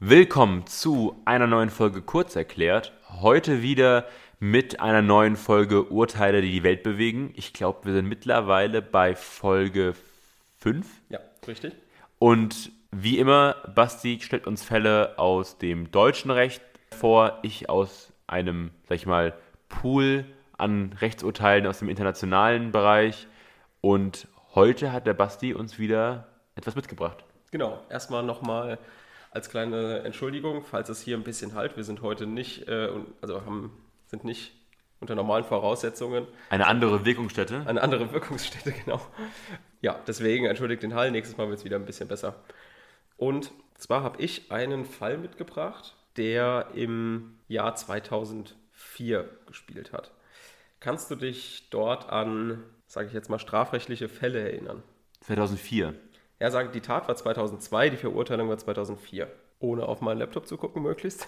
Willkommen zu einer neuen Folge Kurzerklärt. Heute wieder mit einer neuen Folge Urteile, die die Welt bewegen. Ich glaube, wir sind mittlerweile bei Folge 5. Ja, richtig. Und wie immer, Basti stellt uns Fälle aus dem deutschen Recht vor, ich aus einem, sag ich mal, Pool an Rechtsurteilen aus dem internationalen Bereich. Und heute hat der Basti uns wieder etwas mitgebracht. Genau, erstmal nochmal als kleine Entschuldigung, falls es hier ein bisschen halt. Wir sind heute nicht, sind nicht unter normalen Voraussetzungen. Eine andere Wirkungsstätte. Eine andere Wirkungsstätte, genau. Ja, deswegen entschuldigt den Hall. Nächstes Mal wird es wieder ein bisschen besser. Und zwar habe ich einen Fall mitgebracht, der im Jahr 2004 gespielt hat. Kannst du dich dort an, sage ich jetzt mal, strafrechtliche Fälle erinnern? 2004. Er sagt, die Tat war 2002, die Verurteilung war 2004. Ohne auf meinen Laptop zu gucken, möglichst.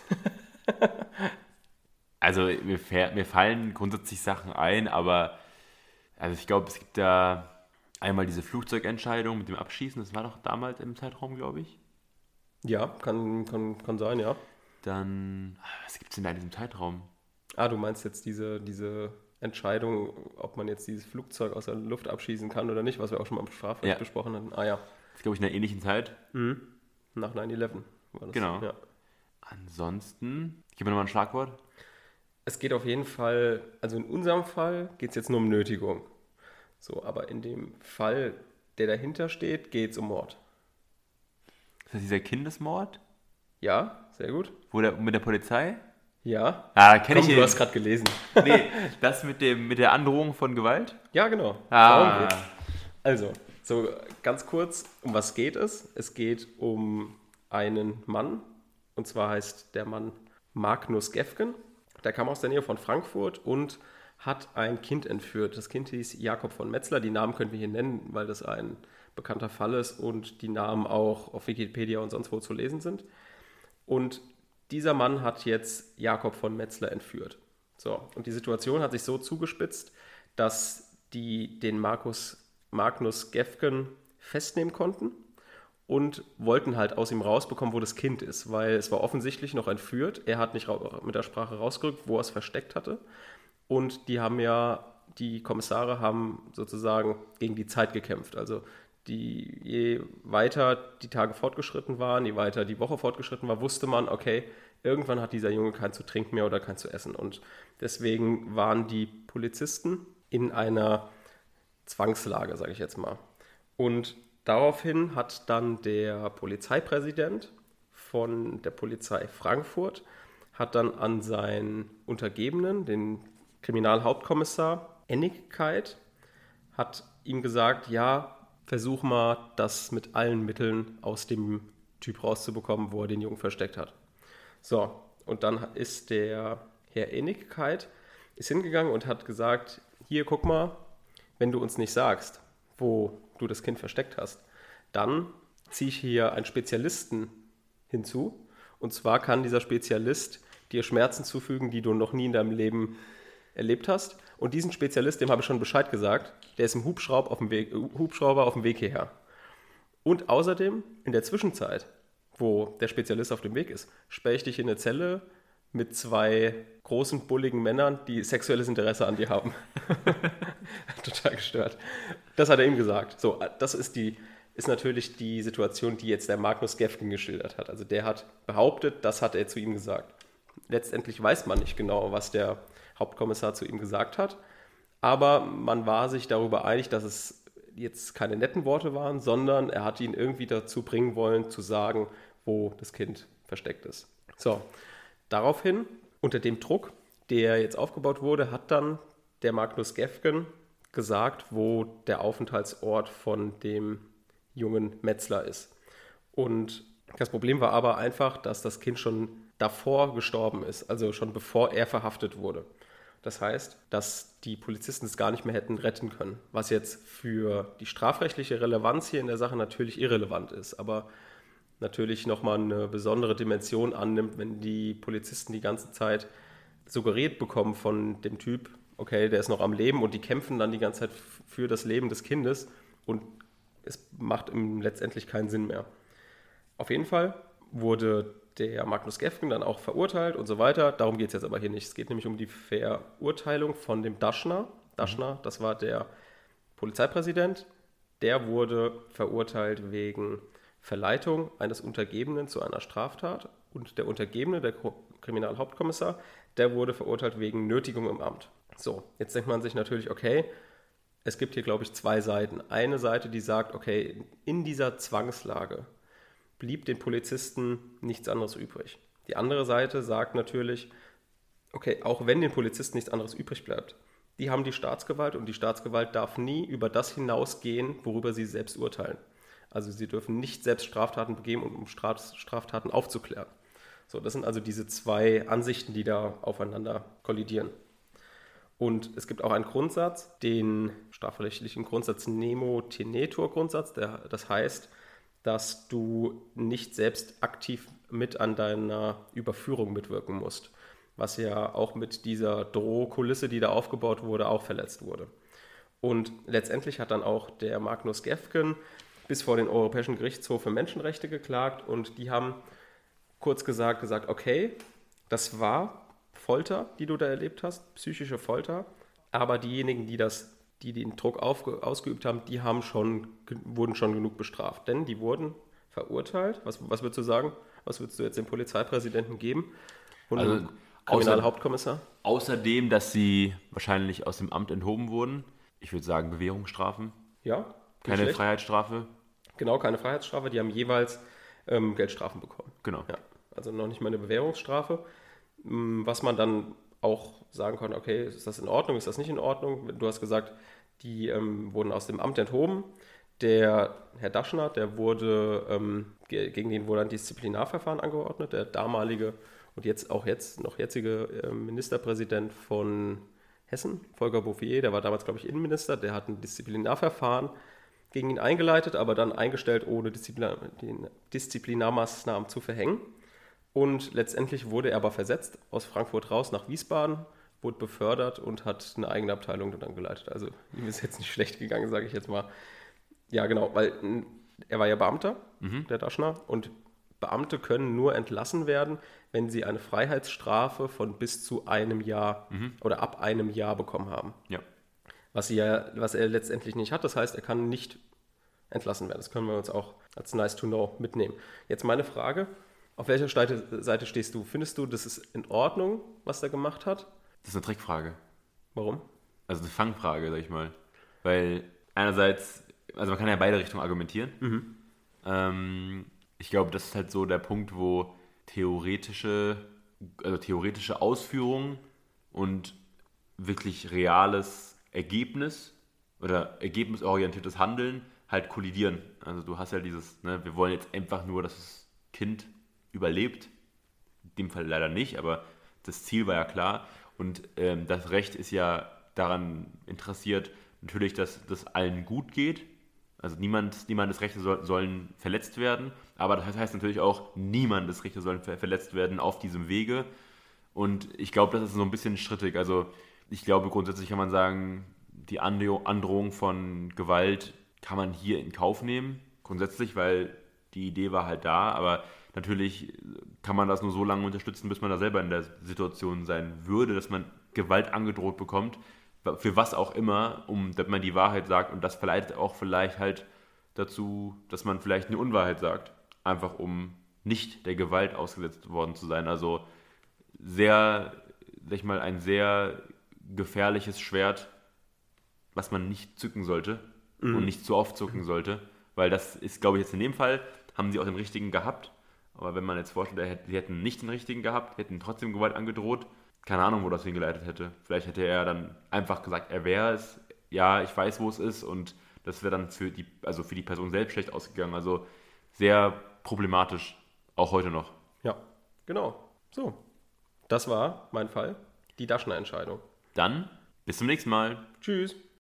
Also mir fallen grundsätzlich Sachen ein, aber also ich glaube, es gibt da einmal diese Flugzeugentscheidung mit dem Abschießen, das war doch damals im Zeitraum, glaube ich. Ja, kann sein, ja. Dann, was gibt es denn da in diesem Zeitraum? Ah, du meinst jetzt diese Entscheidung, ob man jetzt dieses Flugzeug aus der Luft abschießen kann oder nicht, was wir auch schon mal im Strafrecht besprochen hatten. Ah ja. Das ist, glaube ich, in einer ähnlichen Zeit. Nach 9/11 war das. Genau. Ja. Ansonsten, gib mir nochmal ein Schlagwort. Es geht auf jeden Fall, also in unserem Fall geht es jetzt nur um Nötigung. So, aber in dem Fall, der dahinter steht, geht es um Mord. Ist das dieser Kindesmord? Ja, sehr gut. Mit der Polizei? Ja. Kenne ich Du hast gerade gelesen. Nee, das mit der Androhung von Gewalt? Ja, genau. Darum geht's. Also, so ganz kurz, um was geht es? Es geht um einen Mann, und zwar heißt der Mann Magnus Gefgen. Der kam aus der Nähe von Frankfurt und hat ein Kind entführt. Das Kind hieß Jakob von Metzler. Die Namen können wir hier nennen, weil das ein bekannter Fall ist und die Namen auch auf Wikipedia und sonst wo zu lesen sind. Und dieser Mann hat jetzt Jakob von Metzler entführt. So, und die Situation hat sich so zugespitzt, dass die den Magnus Gefgen festnehmen konnten und wollten halt aus ihm rausbekommen, wo das Kind ist, weil es war offensichtlich noch entführt. Er hat nicht mit der Sprache rausgerückt, wo er es versteckt hatte. Und die Kommissare haben sozusagen gegen die Zeit gekämpft. Also je weiter die Tage fortgeschritten waren, je weiter die Woche fortgeschritten war, wusste man, okay, irgendwann hat dieser Junge kein zu trinken mehr oder kein zu essen. Und deswegen waren die Polizisten in einer Zwangslage, sage ich jetzt mal. Und daraufhin hat dann der Polizeipräsident von der Polizei Frankfurt hat dann an seinen Untergebenen, den Kriminalhauptkommissar Ennigkeit, hat ihm gesagt, ja, versuch mal, das mit allen Mitteln aus dem Typ rauszubekommen, wo er den Jungen versteckt hat. So, und dann ist der Herr Ennigkeit hingegangen und hat gesagt, hier, guck mal, wenn du uns nicht sagst, wo du das Kind versteckt hast, dann ziehe ich hier einen Spezialisten hinzu. Und zwar kann dieser Spezialist dir Schmerzen zufügen, die du noch nie in deinem Leben erlebt hast. Und diesen Spezialist, dem habe ich schon Bescheid gesagt, der ist im Hubschrauber auf dem Weg hierher. Und außerdem, in der Zwischenzeit, wo der Spezialist auf dem Weg ist, sperre ich dich in eine Zelle mit 2 großen, bulligen Männern, die sexuelles Interesse an dir haben. Total gestört. Das hat er ihm gesagt. So, das ist natürlich die Situation, die jetzt der Magnus Gefgen geschildert hat. Also der hat behauptet, das hat er zu ihm gesagt. Letztendlich weiß man nicht genau, was der Hauptkommissar zu ihm gesagt hat, aber man war sich darüber einig, dass es jetzt keine netten Worte waren, sondern er hat ihn irgendwie dazu bringen wollen, zu sagen, wo das Kind versteckt ist. So, daraufhin, unter dem Druck, der jetzt aufgebaut wurde, hat dann der Magnus Gefgen gesagt, wo der Aufenthaltsort von dem jungen Metzler ist. Und das Problem war aber einfach, dass das Kind schon davor gestorben ist, also schon bevor er verhaftet wurde. Das heißt, dass die Polizisten es gar nicht mehr hätten retten können, was jetzt für die strafrechtliche Relevanz hier in der Sache natürlich irrelevant ist, aber natürlich nochmal eine besondere Dimension annimmt, wenn die Polizisten die ganze Zeit suggeriert bekommen von dem Typ, okay, der ist noch am Leben und die kämpfen dann die ganze Zeit für das Leben des Kindes und es macht letztendlich keinen Sinn mehr. Auf jeden Fall wurde der Magnus Gefgen dann auch verurteilt und so weiter. Darum geht es jetzt aber hier nicht. Es geht nämlich um die Verurteilung von dem Daschner. Daschner, das war der Polizeipräsident. Der wurde verurteilt wegen Verleitung eines Untergebenen zu einer Straftat. Und der Untergebene, der Kriminalhauptkommissar, der wurde verurteilt wegen Nötigung im Amt. So, jetzt denkt man sich natürlich, okay, es gibt hier, glaube ich, zwei Seiten. Eine Seite, die sagt, okay, in dieser Zwangslage blieb den Polizisten nichts anderes übrig. Die andere Seite sagt natürlich, okay, auch wenn den Polizisten nichts anderes übrig bleibt, die haben die Staatsgewalt und die Staatsgewalt darf nie über das hinausgehen, worüber sie selbst urteilen. Also sie dürfen nicht selbst Straftaten begehen, um Straftaten aufzuklären. So, das sind also diese zwei Ansichten, die da aufeinander kollidieren. Und es gibt auch einen Grundsatz, den strafrechtlichen Grundsatz Nemo Tenetur Grundsatz, das heißt, dass du nicht selbst aktiv mit an deiner Überführung mitwirken musst, was ja auch mit dieser Drohkulisse, die da aufgebaut wurde, auch verletzt wurde. Und letztendlich hat dann auch der Magnus Gefgen bis vor den Europäischen Gerichtshof für Menschenrechte geklagt und die haben kurz gesagt, okay, das war Folter, die du da erlebt hast, psychische Folter, aber diejenigen, die den Druck ausgeübt haben, wurden schon genug bestraft, denn die wurden verurteilt. Was würdest du sagen? Was würdest du jetzt dem Polizeipräsidenten geben und dem Kriminalhauptkommissar? Außerdem, dass sie wahrscheinlich aus dem Amt enthoben wurden. Ich würde sagen Bewährungsstrafen. Ja. Keine Freiheitsstrafe. Genau, keine Freiheitsstrafe. Die haben jeweils Geldstrafen bekommen. Genau. Ja, also noch nicht mal eine Bewährungsstrafe. Was man dann auch sagen kann, okay, ist das in Ordnung, ist das nicht in Ordnung? Du hast gesagt, die wurden aus dem Amt enthoben. Der Herr Daschner, gegen den wurde ein Disziplinarverfahren angeordnet. Der damalige und jetzige Ministerpräsident von Hessen, Volker Bouffier, der war damals, glaube ich, Innenminister, der hat ein Disziplinarverfahren gegen ihn eingeleitet, aber dann eingestellt, ohne Disziplinarmaßnahmen zu verhängen. Und letztendlich wurde er aber versetzt aus Frankfurt raus nach Wiesbaden, wurde befördert und hat eine eigene Abteilung dann geleitet. Also ihm ist jetzt nicht schlecht gegangen, sage ich jetzt mal. Ja, genau, weil er war ja Beamter, der Daschner, und Beamte können nur entlassen werden, wenn sie eine Freiheitsstrafe von bis zu einem Jahr oder ab einem Jahr bekommen haben. Ja. Was er letztendlich nicht hat. Das heißt, er kann nicht entlassen werden. Das können wir uns auch als nice to know mitnehmen. Jetzt meine Frage, auf welcher Seite stehst du? Findest du, das ist in Ordnung, was er gemacht hat? Das ist eine Trickfrage. Warum? Also eine Fangfrage, sag ich mal. Weil einerseits, also man kann ja beide Richtungen argumentieren. Ich glaube, das ist halt so der Punkt, wo theoretische Ausführungen und wirklich reales Ergebnis oder ergebnisorientiertes Handeln halt kollidieren. Also du hast ja dieses, wir wollen jetzt einfach nur, dass das Kind überlebt. In dem Fall leider nicht, aber das Ziel war ja klar. Und das Recht ist ja daran interessiert, natürlich, dass das allen gut geht. Also niemandes Rechte sollen verletzt werden. Aber das heißt natürlich auch, niemandes Rechte sollen verletzt werden auf diesem Wege. Und ich glaube, das ist so ein bisschen strittig. Also ich glaube, grundsätzlich kann man sagen, die Androhung von Gewalt kann man hier in Kauf nehmen. Grundsätzlich, weil die Idee war halt da. Aber natürlich kann man das nur so lange unterstützen, bis man da selber in der Situation sein würde, dass man Gewalt angedroht bekommt. Für was auch immer, dass man die Wahrheit sagt. Und das verleitet auch vielleicht halt dazu, dass man vielleicht eine Unwahrheit sagt. Einfach um nicht der Gewalt ausgesetzt worden zu sein. Also ein sehr gefährliches Schwert, was man nicht zücken sollte und nicht zu oft zücken sollte. Weil das ist, glaube ich, jetzt in dem Fall, haben sie auch den richtigen gehabt. Aber wenn man jetzt vorstellt, sie hätten nicht den richtigen gehabt, hätten trotzdem Gewalt angedroht, keine Ahnung, wo das hingeleitet hätte. Vielleicht hätte er dann einfach gesagt, er wäre es, ja, ich weiß, wo es ist, und das wäre dann für die Person selbst schlecht ausgegangen. Also sehr problematisch, auch heute noch. Ja, genau. So, das war mein Fall, die Daschner-Entscheidung. Dann bis zum nächsten Mal. Tschüss.